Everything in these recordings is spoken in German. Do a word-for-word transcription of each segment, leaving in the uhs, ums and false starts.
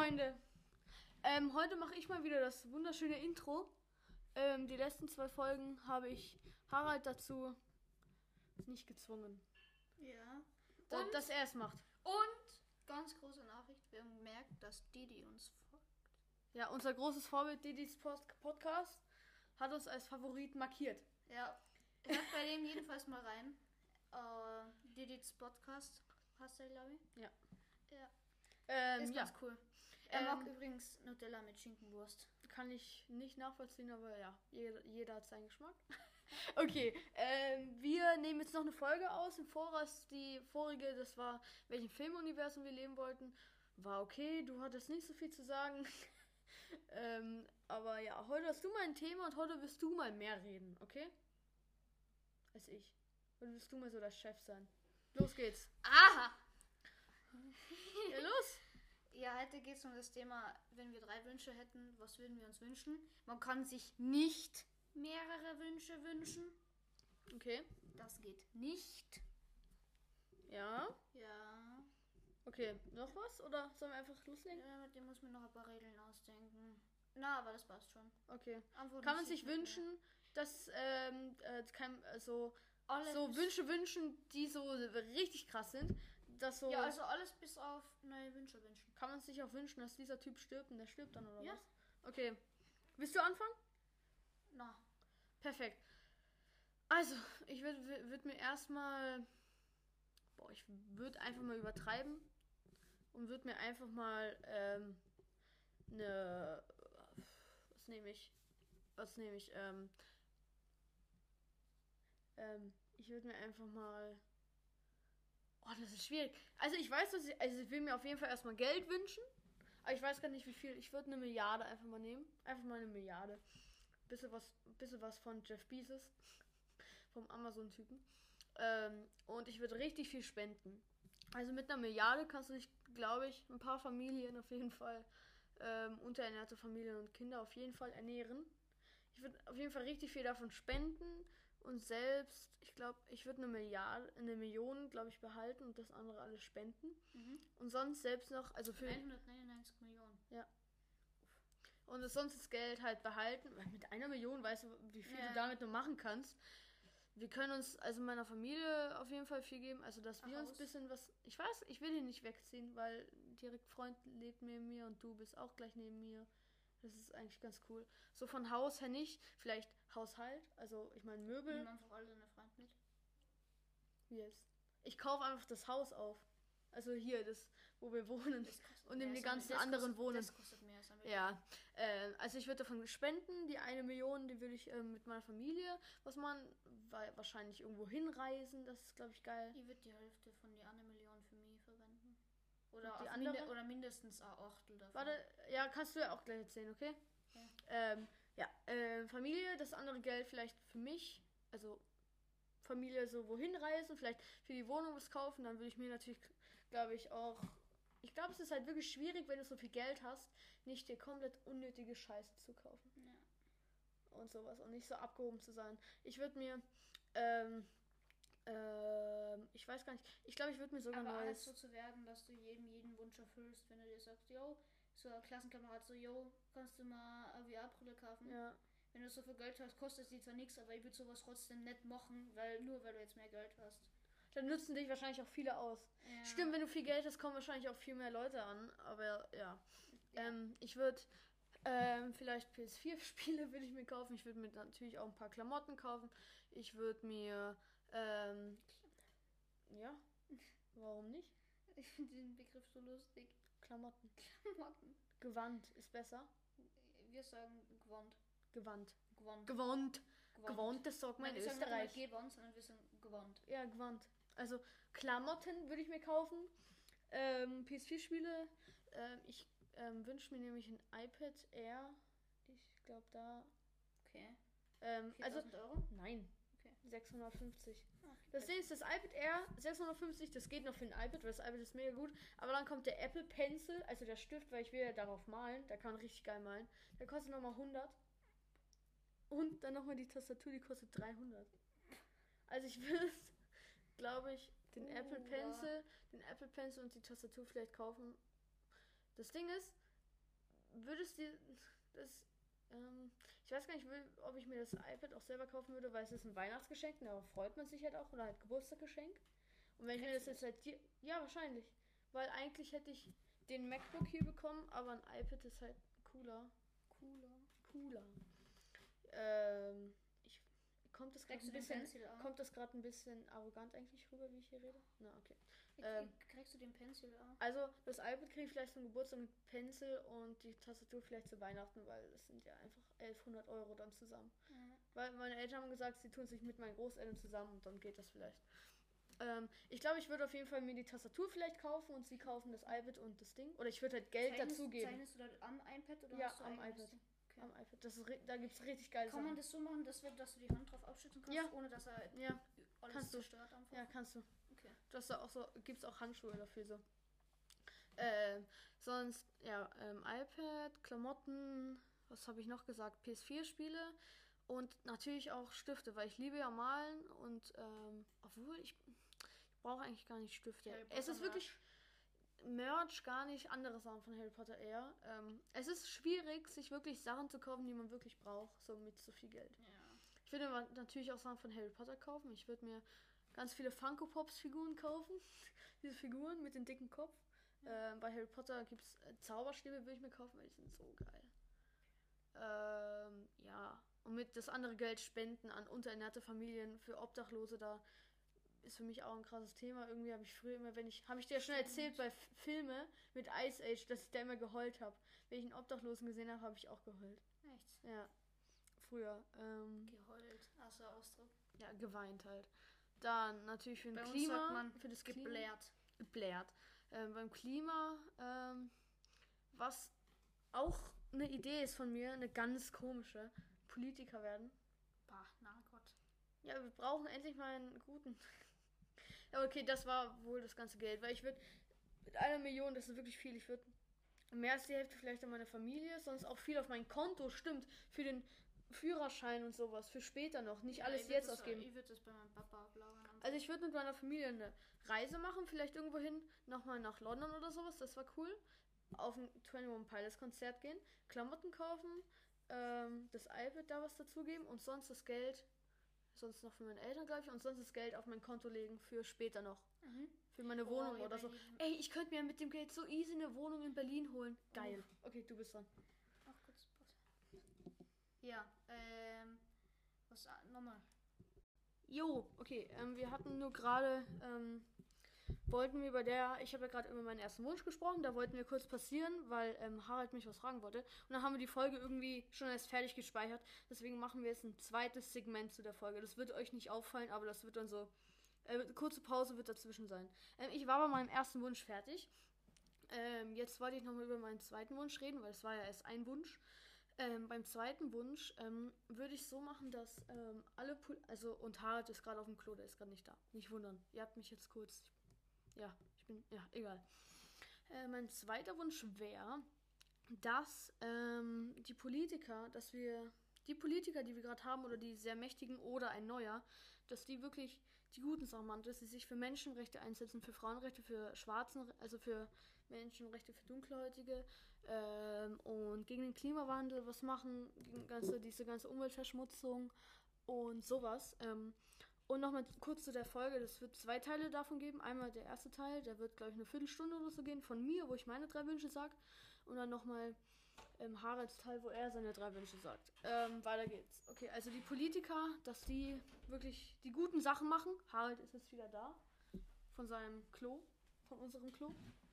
Freunde, ähm, heute mache ich mal wieder das wunderschöne Intro. Ähm, die letzten zwei Folgen habe ich Harald dazu nicht gezwungen, Ja. da, Und, dass er es macht. und ganz große Nachricht, wir haben gemerkt, dass Didi uns folgt. Ja, unser großes Vorbild Didis Post Podcast hat uns als Favorit markiert. Ja, hört bei dem jedenfalls mal rein. Äh, Didis Podcast heißt er, glaube ich. Ja. Ja, Ähm, ist ja, ganz cool. Er Ähm, mag übrigens Nutella mit Schinkenwurst. kann ich nicht nachvollziehen, aber ja, jeder, jeder hat seinen Geschmack. Okay, ähm, wir nehmen jetzt noch eine Folge aus. Im Voraus, die vorige, das war, welchen Filmuniversum wir leben wollten. War okay, du hattest nicht so viel zu sagen. ähm, aber ja, heute hast du mal ein Thema und heute wirst du mal mehr reden, okay? Als ich. Heute wirst du mal so der Chef sein. Los geht's. Aha! Ja, los! Ja, heute geht es um das Thema, wenn wir drei Wünsche hätten, was würden wir uns wünschen? Man kann sich nicht mehrere Wünsche wünschen. Okay. Das geht nicht. Ja. Ja. Okay, noch was? Oder sollen wir einfach loslegen? Ja, mit dem muss man noch ein paar Regeln ausdenken. Na, aber das passt schon. Okay. Antworten Kann man Sie sich mit wünschen, dass ähm, äh, kein, also, Alles so bis- Wünsche wünschen, die so richtig krass sind, dass so Ja, also alles bis auf neue Wünsche wünschen. kann man sich auch wünschen, dass dieser Typ stirbt und der stirbt dann oder Ja. was? Okay. Willst du anfangen? Na, Perfekt. Also, ich würde würd mir erstmal boah, ich würde einfach mal übertreiben und würde mir einfach mal ähm, eine was nehme ich? Was nehme ich? Ähm, ähm, ich würde mir einfach mal oh, das ist schwierig. Also ich weiß, dass ich, also ich will mir auf jeden Fall erstmal Geld wünschen. Aber ich weiß gar nicht, wie viel. Ich würde eine Milliarde einfach mal nehmen. Einfach mal eine Milliarde. Bisschen was, bisschen was von Jeff Bezos. Vom Amazon-Typen. Ähm, und ich würde richtig viel spenden. Also mit einer Milliarde kannst du dich, glaube ich, ein paar Familien auf jeden Fall, ähm, unterernährte Familien und Kinder auf jeden Fall ernähren. Ich würde auf jeden Fall richtig viel davon spenden. Und selbst, ich glaube, ich würde eine Milliarde, eine Million, glaube ich, behalten und das andere alles spenden. mhm. Und sonst selbst noch, also für. hundertneunundneunzig Millionen. Und sonst das Geld halt behalten. Weil mit einer Million weißt du, wie viel Ja. du damit nur machen kannst. Wir können uns, also meiner Familie auf jeden Fall viel geben. Also, dass Ach, wir uns ein Haus. bisschen was. Ich weiß, ich will hier nicht wegziehen, weil direkt Freund lebt neben mir und du bist auch gleich neben mir. Das ist eigentlich ganz cool. So von Haus her nicht. Vielleicht Haushalt. Also, ich meine Möbel. Nehmen einfach alle deine Freunde mit. Wie jetzt? Ich kaufe einfach das Haus auf. Also hier, das, wo wir wohnen. Das kostet Und mehr in die als ganzen das anderen kostet, wohnen. Das kostet mehr als ein Million. Ja, äh, also ich würde davon spenden, die eine Million, die würde ich ähm, mit meiner Familie, was man wa- wahrscheinlich irgendwo hinreisen, das ist glaube ich geil. Ich würde die Hälfte von die eine Million für mich verwenden. Oder, Und die auf andere? minde, oder mindestens ein Achtel davon. Warte, ja, kannst du ja auch gleich erzählen, okay? Ja. Ähm, ja, äh, Familie, das andere Geld vielleicht für mich, also Familie so wohin reisen, vielleicht für die Wohnung was kaufen, dann würde ich mir natürlich, glaube ich, auch. Ich glaube, es ist halt wirklich schwierig, wenn du so viel Geld hast, nicht dir komplett unnötige Scheiße zu kaufen. Ja. Und sowas und nicht so abgehoben zu sein. Ich würde mir, ähm, ähm, ich weiß gar nicht, ich glaube, ich würde mir sogar Aber alles neues. so zu werden, dass du jedem jeden Wunsch erfüllst, wenn du dir sagst, yo, so ein Klassenkamerad so, yo, kannst du mal eine V R-Brille kaufen? Ja, Wenn du so viel Geld hast, kostet sie zwar nichts, aber ich würde sowas trotzdem nicht machen, weil nur weil du jetzt mehr Geld hast. dann nutzen dich wahrscheinlich auch viele aus. Ja. Stimmt, wenn du viel Geld hast, kommen wahrscheinlich auch viel mehr Leute an. Aber ja, Ja. ähm, ich würde ähm, vielleicht P S vier Spiele würde ich mir kaufen. Ich würde mir natürlich auch ein paar Klamotten kaufen. Ich würde mir, ähm, ja, warum nicht? Ich finde den Begriff so lustig. Klamotten. Klamotten. Gewand ist besser. Wir sagen Gewand. Gewand. Gewand. Gewand. Gewand, das sagt man Nein, in wir sagen nicht mal Österreich. Gewand, sondern wir sagen Gewand. Ja, Gewand. Also Klamotten würde ich mir kaufen. Ähm, P S vier Spiele. Ähm, ich ähm, wünsche mir nämlich ein iPad Air. Ich glaube da. Okay. Ähm, also viertausend Euro? nein. Okay. sechshundertfünfzig. Ah, Das Ding ist, das iPad Air sechshundertfünfzig, das geht noch für ein iPad, weil das iPad ist mega gut. Aber dann kommt der Apple Pencil, also der Stift, weil ich will ja darauf malen. Der kann richtig geil malen. Der kostet nochmal hundert. Und dann nochmal die Tastatur, die kostet dreihundert. Also ich will, glaube ich, den Oh, Apple ja. Pencil, den Apple Pencil und die Tastatur vielleicht kaufen. Das Ding ist, würdest dir das, ähm, ich weiß gar nicht, will- ob ich mir das iPad auch selber kaufen würde, weil es ist ein Weihnachtsgeschenk, darauf freut man sich halt auch, oder halt Geburtstagsgeschenk. Und wenn ich mir das Kriegst jetzt halt dir, ja, wahrscheinlich, weil eigentlich hätte ich den MacBook hier bekommen, aber ein iPad ist halt cooler, cooler, cooler. Ähm, ich, kommt das gerade Kriegst ein du den bisschen, Pencil auch? kommt das gerade ein bisschen arrogant eigentlich rüber, wie ich hier rede? Na, okay. Wie- ähm, wie Kriegst du den Pencil auch? Also, das iPad kriege ich vielleicht zum Geburtstag mit Pencil und die Tastatur vielleicht zu Weihnachten, weil das sind ja einfach elfhundert Euro dann zusammen. Ja. Weil meine Eltern haben gesagt, sie tun sich mit meinen Großeltern zusammen und dann geht das vielleicht. Ähm, ich glaube, ich würde auf jeden Fall mir die Tastatur vielleicht kaufen und sie kaufen das iPad und das Ding. Oder ich würde halt Geld Zeichnest- dazugeben. Zeichnest du das am iPad oder Ja, hast du am eigenes iPad. Ding? Okay. Am iPad. Das ist, ri- da gibt es richtig geile Kann man Sachen. das so machen, dass, wir, dass du die Hand drauf abschützen kannst, Ja. ohne dass er Ja, alles kannst du. zerstört einfach? Ja, kannst du. Okay. Du hast da auch so, gibt's auch Handschuhe dafür so. Ähm, sonst, ja, ähm, iPad, Klamotten, was habe ich noch gesagt? P S vier Spiele und natürlich auch Stifte, weil ich liebe ja malen und ähm, obwohl ich, ich brauche eigentlich gar nicht Stifte. Harry Es Potter ist wirklich Merch, gar nicht andere Sachen von Harry Potter eher. Ähm, es ist schwierig, sich wirklich Sachen zu kaufen, die man wirklich braucht, so mit so viel Geld. Ja. Ich würde mir natürlich auch Sachen von Harry Potter kaufen. Ich würde mir ganz viele Funko Pops Figuren kaufen. Diese Figuren mit dem dicken Kopf. Ja. Ähm, bei Harry Potter gibt es äh, Zauberstäbe, würde ich mir kaufen, weil die sind so geil. Ähm, ja. Und mit das andere Geld spenden an unterernährte Familien für Obdachlose, da ist für mich auch ein krasses Thema. Irgendwie habe ich früher immer, wenn ich, habe ich dir schon erzählt bei F Filme mit Ice Age, dass ich da immer geheult habe. Wenn ich einen Obdachlosen gesehen habe, habe ich auch geheult. Echt? Ja, früher. Ähm, Geheult. Außer Ausdruck. ja, geweint halt. Dann natürlich für Bei das uns Klima, sagt man für das Klima. geblärt. Geblärt. Ähm, beim Klima, ähm, was auch eine Idee ist von mir, eine ganz komische, Politiker werden. Bah, na Gott. Ja, wir brauchen endlich mal einen guten. Ja, okay, das war wohl das ganze Geld, weil ich würde mit einer Million, das ist wirklich viel, ich würde mehr als die Hälfte vielleicht an meine Familie, sonst auch viel auf mein Konto, stimmt, für den Führerschein und sowas, für später noch, nicht Ja, alles ich würd jetzt das, ausgeben. Ich würde das bei meinem Papa ablagern. und Also ich würde mit meiner Familie eine Reise machen, vielleicht irgendwo hin, nochmal nach London oder sowas, das war cool. Auf ein einundzwanzig Pilots Konzert gehen, Klamotten kaufen, ähm, das iPad da was dazugeben und sonst das Geld, sonst noch für meine Eltern, glaube ich, und sonst das Geld auf mein Konto legen für später noch. so. Mhm. Für meine Oh, Wohnung ja, oder bei so. jedem- Ey, ich könnte mir mit dem Geld so easy eine Wohnung in Berlin holen. Geil. Okay, du bist dran. Ach, kurz, kurz. Ja, ähm. Was a- nochmal? Jo, okay, ähm, wir hatten nur gerade, ähm, wollten wir bei der, ich habe ja gerade über meinen ersten Wunsch gesprochen, da wollten wir kurz passieren, weil ähm, Harald mich was fragen wollte. Und dann haben wir die Folge irgendwie schon erst fertig gespeichert. Deswegen machen wir jetzt ein zweites Segment zu der Folge. Das wird euch nicht auffallen, aber das wird dann so, äh, kurze Pause wird dazwischen sein. Ähm, ich war bei meinem ersten Wunsch fertig. Ähm, jetzt wollte ich nochmal über meinen zweiten Wunsch reden, weil es war ja erst ein Wunsch. Ähm, beim zweiten Wunsch ähm, würde ich so machen, dass ähm, alle, Pol also und Harald ist gerade auf dem Klo, der ist gerade nicht da. Nicht wundern. Ihr habt mich jetzt kurz, ja, ich bin, ja, egal. Äh, mein zweiter Wunsch wäre, dass ähm, die Politiker, dass wir, die Politiker, die wir gerade haben oder die sehr mächtigen oder ein neuer, dass die wirklich die guten Sachen machen, dass sie sich für Menschenrechte einsetzen, für Frauenrechte, für Schwarzen, also für Menschenrechte für Dunkelhäutige ähm, und gegen den Klimawandel was machen, gegen ganze, diese ganze Umweltverschmutzung und sowas. Ähm, und nochmal kurz zu der Folge, das wird zwei Teile davon geben. Einmal der erste Teil, der wird, glaube ich, eine Viertelstunde oder so gehen von mir, wo ich meine drei Wünsche sage. Und dann nochmal ähm, Haralds Teil, wo er seine drei Wünsche sagt. Ähm, weiter geht's. Okay, also die Politiker, dass die wirklich die guten Sachen machen. Harald ist jetzt wieder da. Von seinem Klo. Von unserem Klo.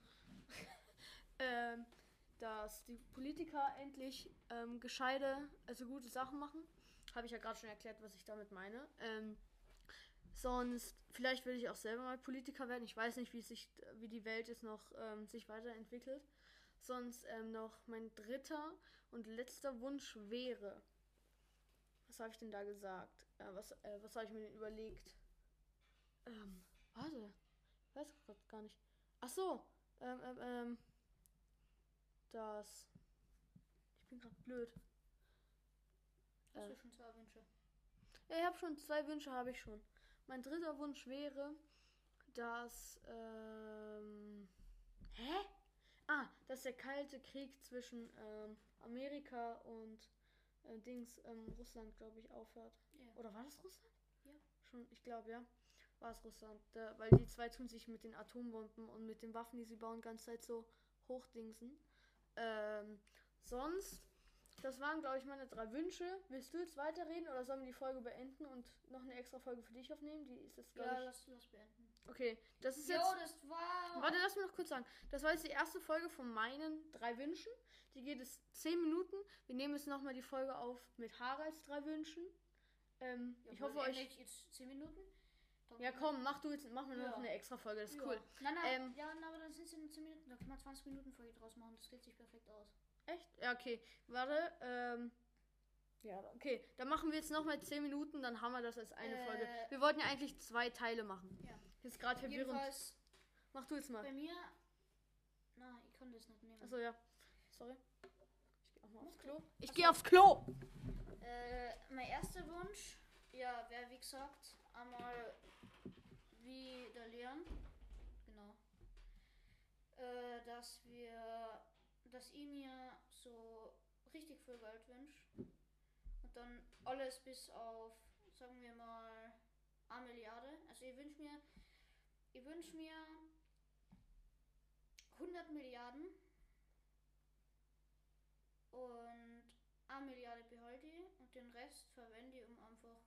ähm, dass die Politiker endlich ähm, gescheite, also gute Sachen machen. Habe ich ja gerade schon erklärt, was ich damit meine. Ähm, sonst, vielleicht will ich auch selber mal Politiker werden. Ich weiß nicht, wie sich, wie die Welt jetzt noch ähm, sich weiterentwickelt. Sonst ähm, noch mein dritter und letzter Wunsch wäre. Was habe ich denn da gesagt? Äh, was äh, was habe ich mir denn überlegt? Ähm, warte. Ich weiß grad gar nicht. Ach so. Ähm, ähm, ähm. Das. Ich bin gerade blöd. Hast Äh. du schon zwei Wünsche? Ja, ich habe schon zwei Wünsche, habe ich schon. Mein dritter Wunsch wäre, dass. Ähm, hä? Ah, dass der Kalte Krieg zwischen ähm, Amerika und äh, Dings, ähm, Russland, glaube ich, aufhört. Ja. Oder war das Russland? Ja. Schon, ich glaube, ja. War es Russland. Da, weil die zwei tun sich mit den Atombomben und mit den Waffen, die sie bauen, ganze Zeit so hochdingsen. Ähm, sonst, das waren, glaube ich, meine drei Wünsche. Willst du jetzt weiterreden oder sollen wir die Folge beenden und noch eine extra Folge für dich aufnehmen? Die ist jetzt, glaube Ja, ich... lass das beenden. Okay, das ist Jo, jetzt... das war... Warte, lass mich noch kurz sagen. Das war jetzt die erste Folge von meinen drei Wünschen. Die geht es zehn Minuten. Wir nehmen jetzt nochmal die Folge auf mit Haralds drei Wünschen. Ähm, Ja, ich hoffe wollen wir euch... endlich jetzt zehn Minuten? Dann Ja können wir- komm, mach du jetzt, mach mir Ja. noch eine extra Folge, das ist Ja. cool. Nein, nein, Ähm, ja, na, aber dann sind es nur zehn Minuten. Da können wir zwanzig Minuten Folge draus machen. Das geht sich perfekt aus. Echt? Ja, okay. Warte, ähm... Ja, okay. Dann machen wir jetzt nochmal zehn Minuten, dann haben wir das als eine Äh, Folge. Wir wollten ja eigentlich zwei Teile machen. Ja. Das ist gerade verwirrend. Jedenfalls Mach du jetzt mal. bei mir... Na, ich kann das nicht nehmen. Achso, ja. Sorry. Ich geh auch mal aufs Klo. Ich Ach geh so. aufs Klo! Äh, mein erster Wunsch, ja, wäre wie gesagt, einmal wie der Leon, genau, äh, dass wir, dass ich mir so richtig viel Geld wünsche und dann alles bis auf, sagen wir mal, eine Milliarde. Also ich wünsche mir, ich wünsche mir hundert Milliarden und eine Milliarde behalte ich und den Rest verwende ich, um einfach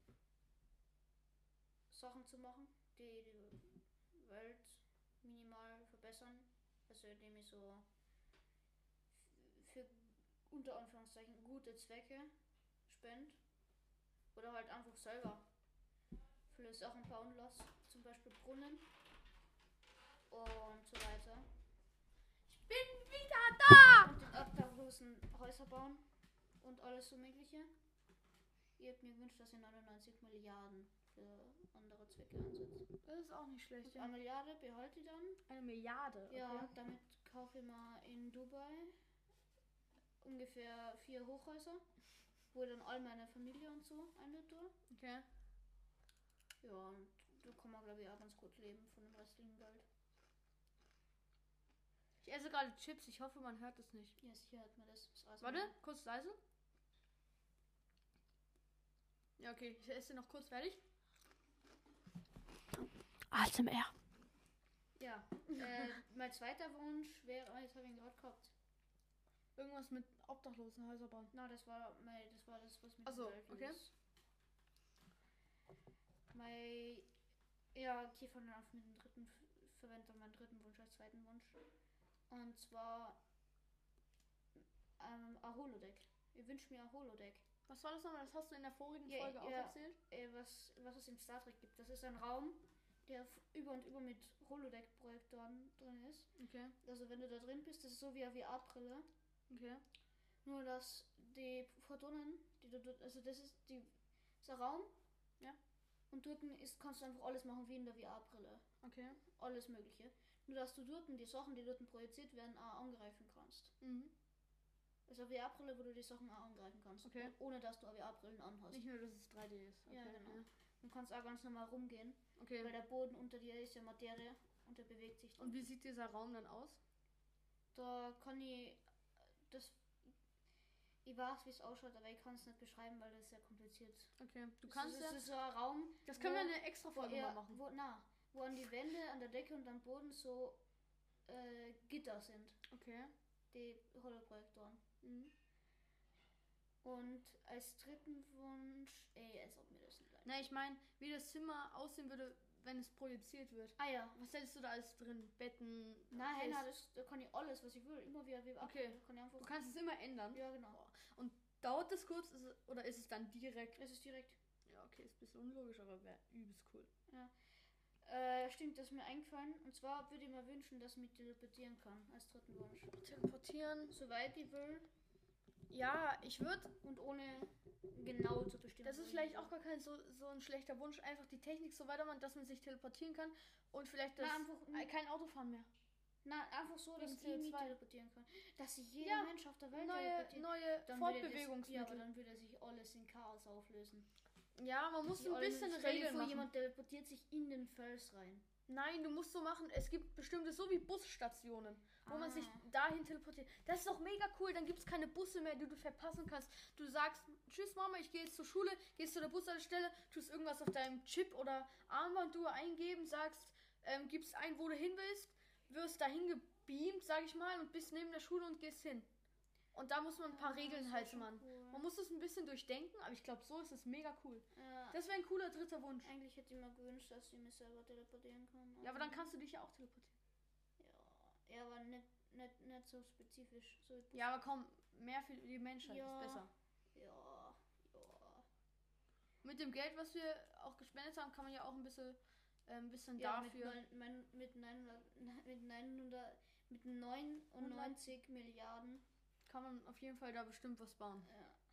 Sachen zu machen, die die Welt minimal verbessern. Also indem ich so für unter Anführungszeichen gute Zwecke spende. Oder halt einfach selber viele Sachen bauen lasse. Zum Beispiel Brunnen und so weiter. Ich bin wieder da! Und den Obdachlosen Häuser bauen und alles so mögliche. Ihr habt mir gewünscht, dass ihr neunundneunzig Milliarden für andere Zwecke einsetzt. Das ist auch nicht schlecht. Eine Milliarde behalte ich dann. Eine Milliarde. Okay. Ja, damit kaufe ich mal in Dubai ungefähr vier Hochhäuser, wo ich dann all meine Familie und so einlade. Okay. Ja, und da kann man, glaube ich, auch ganz gut leben von dem restlichen Geld. Ich esse gerade Chips, ich hoffe, man hört es nicht. Ja, sicher hat man das. das A S M R. Warte, kurz leise. Ja, okay, ich esse noch kurz fertig. A S M R. Ja, äh, mein zweiter Wunsch wäre, oh, jetzt habe ich ihn gerade gehabt. Irgendwas mit Obdachlosenhäuser bauen. Na, das war mein, das war das, was mit Ach so, dem Geld okay. ist. Mein, ja, okay, von dann auf mit dem dritten, verwende dann meinen dritten Wunsch als zweiten Wunsch. Und zwar ähm, ein Holodeck. Ich wünsche mir ein Holodeck. Was war das nochmal? Das hast du in der vorigen Ja, Folge auch ja. erzählt? Äh, was, was es im Star Trek gibt. Das ist ein Raum, der f- über und über mit Holodeck-Projektoren drin ist. Okay, Also wenn du da drin bist, das ist so wie eine V R-Brille. okay. Nur dass die Photonen, die du dort, also das ist die ist ein Raum. Ja. Und dort ist, kannst du einfach alles machen wie in der V R-Brille. Okay. Alles mögliche. Nur dass du dort die Sachen, die dort projiziert werden, auch angreifen kannst. Mhm. Also eine V R-Brille, wo du die Sachen auch angreifen kannst. Okay. Ohne dass du eine V R-Brillen anhast. Nicht nur, dass es drei D ist. Okay, Ja, genau. Okay. Du kannst auch ganz normal rumgehen. okay. Weil der Boden unter dir ist ja Materie und der bewegt sich dann. Und wie sieht dieser Raum dann aus? Da kann ich das. Ich weiß, wie es ausschaut, aber ich kann es nicht beschreiben, weil das sehr kompliziert ist. Okay. Du Das kannst ist, ja. das ist so ein Raum. Das können wir wo- in eine extra wo, Folge er, mal machen. wo, na, wo an die Wände, an der Decke und am Boden so äh, Gitter sind. Okay. Die Holoprojektoren. Mhm. Und als dritten Wunsch. Ey, als ob mir das nicht leid. Na, ich meine, wie das Zimmer aussehen würde, wenn es projiziert wird. Ah ja. Was hättest du da alles drin? Betten? Nein, Kissen? nein, das, da kann ich alles, was ich will. Immer wieder wie Okay. Kann ich einfach. Du kannst es immer ändern. Ja, genau. Und dauert das kurz ist es, oder ist es dann direkt? Es ist direkt. Ja, okay, ist ein bisschen unlogisch, aber wäre übelst cool. Äh, stimmt, das ist mir eingefallen. Und zwar würde ich mir wünschen, dass ich mich teleportieren kann. Als dritten Wunsch. Teleportieren. Soweit ich will. Ja, ich würde. Und ohne genau zu bestimmen. Das ist vielleicht auch gar kein so, so ein schlechter Wunsch. Einfach die Technik so weitermachen, dass man sich teleportieren kann und vielleicht das, Na, einfach, äh, kein Autofahren mehr. na, einfach so, dass Wegen ich mich C O zwei. teleportieren kann. Dass sich jeder Ja, Mensch auf der Welt Neue, teleportiert. neue Dann würde das, ja, Fortbewegungsmittel. aber dann würde sich alles in Chaos auflösen. Ja, man muss Die ein alle- bisschen stell dir Regeln vor, machen. jemand teleportiert sich in den Fels rein. Nein, du musst so machen, es gibt bestimmte, so wie Busstationen, wo Ah. man sich dahin teleportiert. Das ist doch mega cool, dann gibt es keine Busse mehr, die du verpassen kannst. Du sagst, tschüss Mama, ich gehe jetzt zur Schule, gehst zu der Bushaltestelle, tust irgendwas auf deinem Chip oder Armbanduhr eingeben, sagst, ähm, gibst ein, wo du hin willst, wirst dahin gebeamt, sag ich mal, und bist neben der Schule und gehst hin. Und da muss man ein paar Ah, das Regeln wär halten, schon Mann. cool. Man muss es ein bisschen durchdenken, aber ich glaube, so ist es mega cool. Ja, Das wäre ein cooler dritter Wunsch. eigentlich hätte ich mir gewünscht, dass ich mich selber teleportieren kann. Ja, aber dann kannst du dich ja auch teleportieren. Ja, ja, aber nicht, nicht, nicht so spezifisch. So Ja, aber komm, mehr für die Menschheit Ja. ist besser. Ja, ja. Mit dem Geld, was wir auch gespendet haben, kann man ja auch ein bisschen, äh, ein bisschen Ja, mit, dafür. neun, mein, mit, neunhundert, mit neunhundert, mit neunundneunzig Milliarden. Kann man auf jeden Fall da bestimmt was bauen.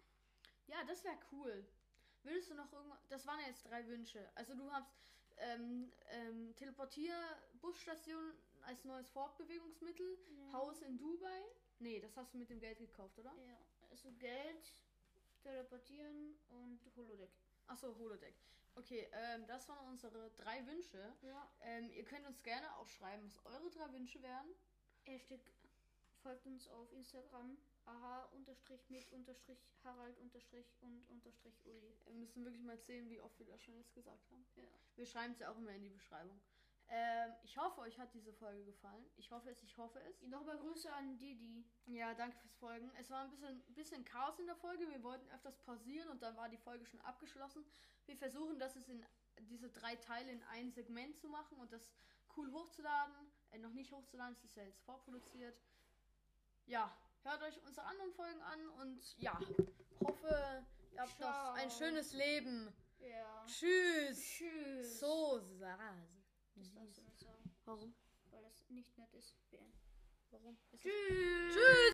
Ja. Ja, das wäre cool. Würdest du noch irgendwas. Das waren ja jetzt drei Wünsche. Also du hast ähm, ähm, Teleportier, Busstation als neues Fortbewegungsmittel, Ja. Haus in Dubai. Nee, das hast du mit dem Geld gekauft, oder? Ja, also Geld, teleportieren und Holodeck. Achso, Holodeck. Okay, ähm, das waren unsere drei Wünsche. Ja. Ähm, ihr könnt uns gerne auch schreiben, was eure drei Wünsche wären. Hashtag folgt uns auf Instagram. aha unterstrich mit unterstrich Harald unterstrich und unterstrich Uli. Wir müssen wirklich mal sehen, wie oft wir das schon jetzt gesagt haben. Ja. Wir schreiben es ja auch immer in die Beschreibung. Ähm, ich hoffe, euch hat diese Folge gefallen. Ich hoffe es, ich hoffe es. Nochmal Grüße an Didi. Ja, danke fürs Folgen. Es war ein bisschen, bisschen Chaos in der Folge. Wir wollten öfters pausieren und dann war die Folge schon abgeschlossen. Wir versuchen, das es in diese drei Teile in ein Segment zu machen und das cool hochzuladen. Äh, noch nicht hochzuladen, es ist ja jetzt vorproduziert. Ja, hört euch unsere anderen Folgen an und ja, hoffe, ihr habt Ciao. noch ein schönes Leben. Ja. Tschüss. Tschüss. So, Sase. Das darfst du nicht sagen, Warum? weil es nicht nett ist. Beenden. Warum? Ist Tschüss.